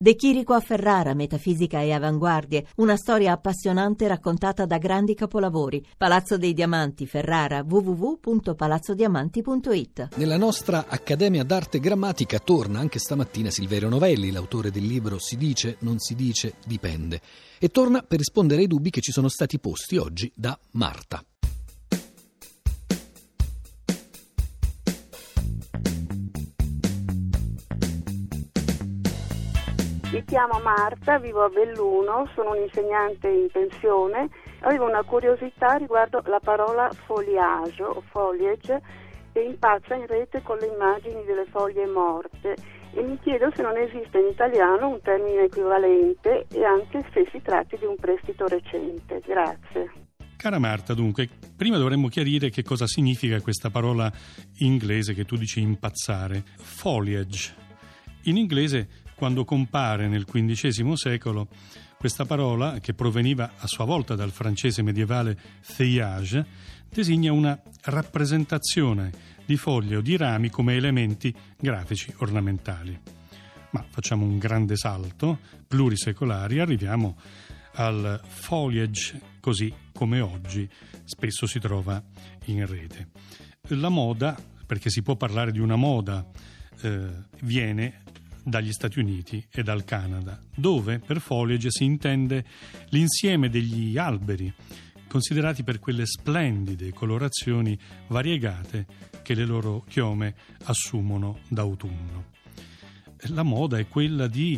De Chirico a Ferrara, metafisica e avanguardie, una storia appassionante raccontata da grandi capolavori. Palazzo dei Diamanti, Ferrara, www.palazzodiamanti.it. Nella nostra Accademia d'Arte Grammatica torna anche stamattina Silverio Novelli, l'autore del libro Si dice, non si dice, dipende. E torna per rispondere ai dubbi che ci sono stati posti oggi da Marta. Mi chiamo Marta, vivo a Belluno, sono un'insegnante in pensione. Avevo una curiosità riguardo la parola foliage o foliage che impazza in rete con le immagini delle foglie morte e mi chiedo se non esiste in italiano un termine equivalente e anche se si tratti di un prestito recente. Grazie. Cara Marta, dunque, prima dovremmo chiarire che cosa significa questa parola inglese che tu dici impazzare. Foliage. In inglese, quando compare nel XV secolo, questa parola, che proveniva a sua volta dal francese medievale feuillage, designa una rappresentazione di foglie o di rami come elementi grafici ornamentali. Ma facciamo un grande salto, plurisecolari, arriviamo al foliage così come oggi spesso si trova in rete. La moda, perché si può parlare di una moda, viene dagli Stati Uniti e dal Canada, dove per foliage si intende l'insieme degli alberi, considerati per quelle splendide colorazioni variegate che le loro chiome assumono d'autunno. La moda è quella di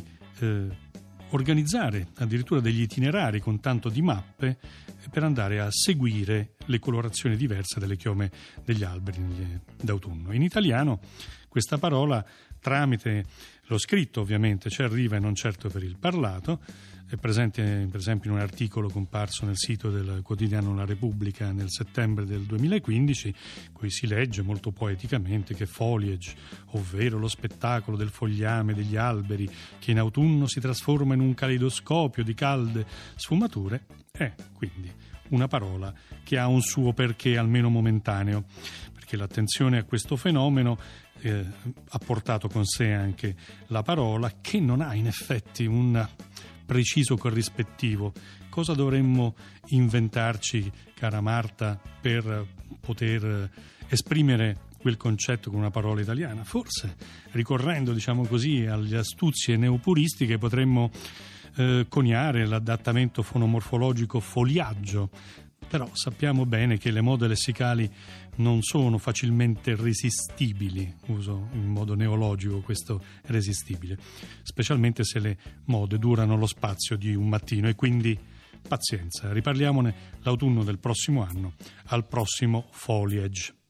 organizzare addirittura degli itinerari con tanto di mappe per andare a seguire le colorazioni diverse delle chiome degli alberi d'autunno. In italiano questa parola, tramite lo scritto ovviamente, ci arriva e non certo per il parlato. È presente per esempio in un articolo comparso nel sito del quotidiano La Repubblica nel settembre del 2015, in cui si legge molto poeticamente che foliage, ovvero lo spettacolo del fogliame degli alberi che in autunno si trasforma in un caleidoscopio di calde sfumature, è quindi una parola che ha un suo perché almeno momentaneo, perché l'attenzione a questo fenomeno ha portato con sé anche la parola, che non ha in effetti un preciso corrispettivo. Cosa dovremmo inventarci, cara Marta, per poter esprimere quel concetto con una parola italiana? Forse, ricorrendo, diciamo così, alle astuzie neopuristiche, potremmo coniare l'adattamento fonomorfologico foliaggio. Però sappiamo bene che le mode lessicali non sono facilmente resistibili, uso in modo neologico questo resistibile, specialmente se le mode durano lo spazio di un mattino, e quindi pazienza, riparliamone l'autunno del prossimo anno, al prossimo foliage.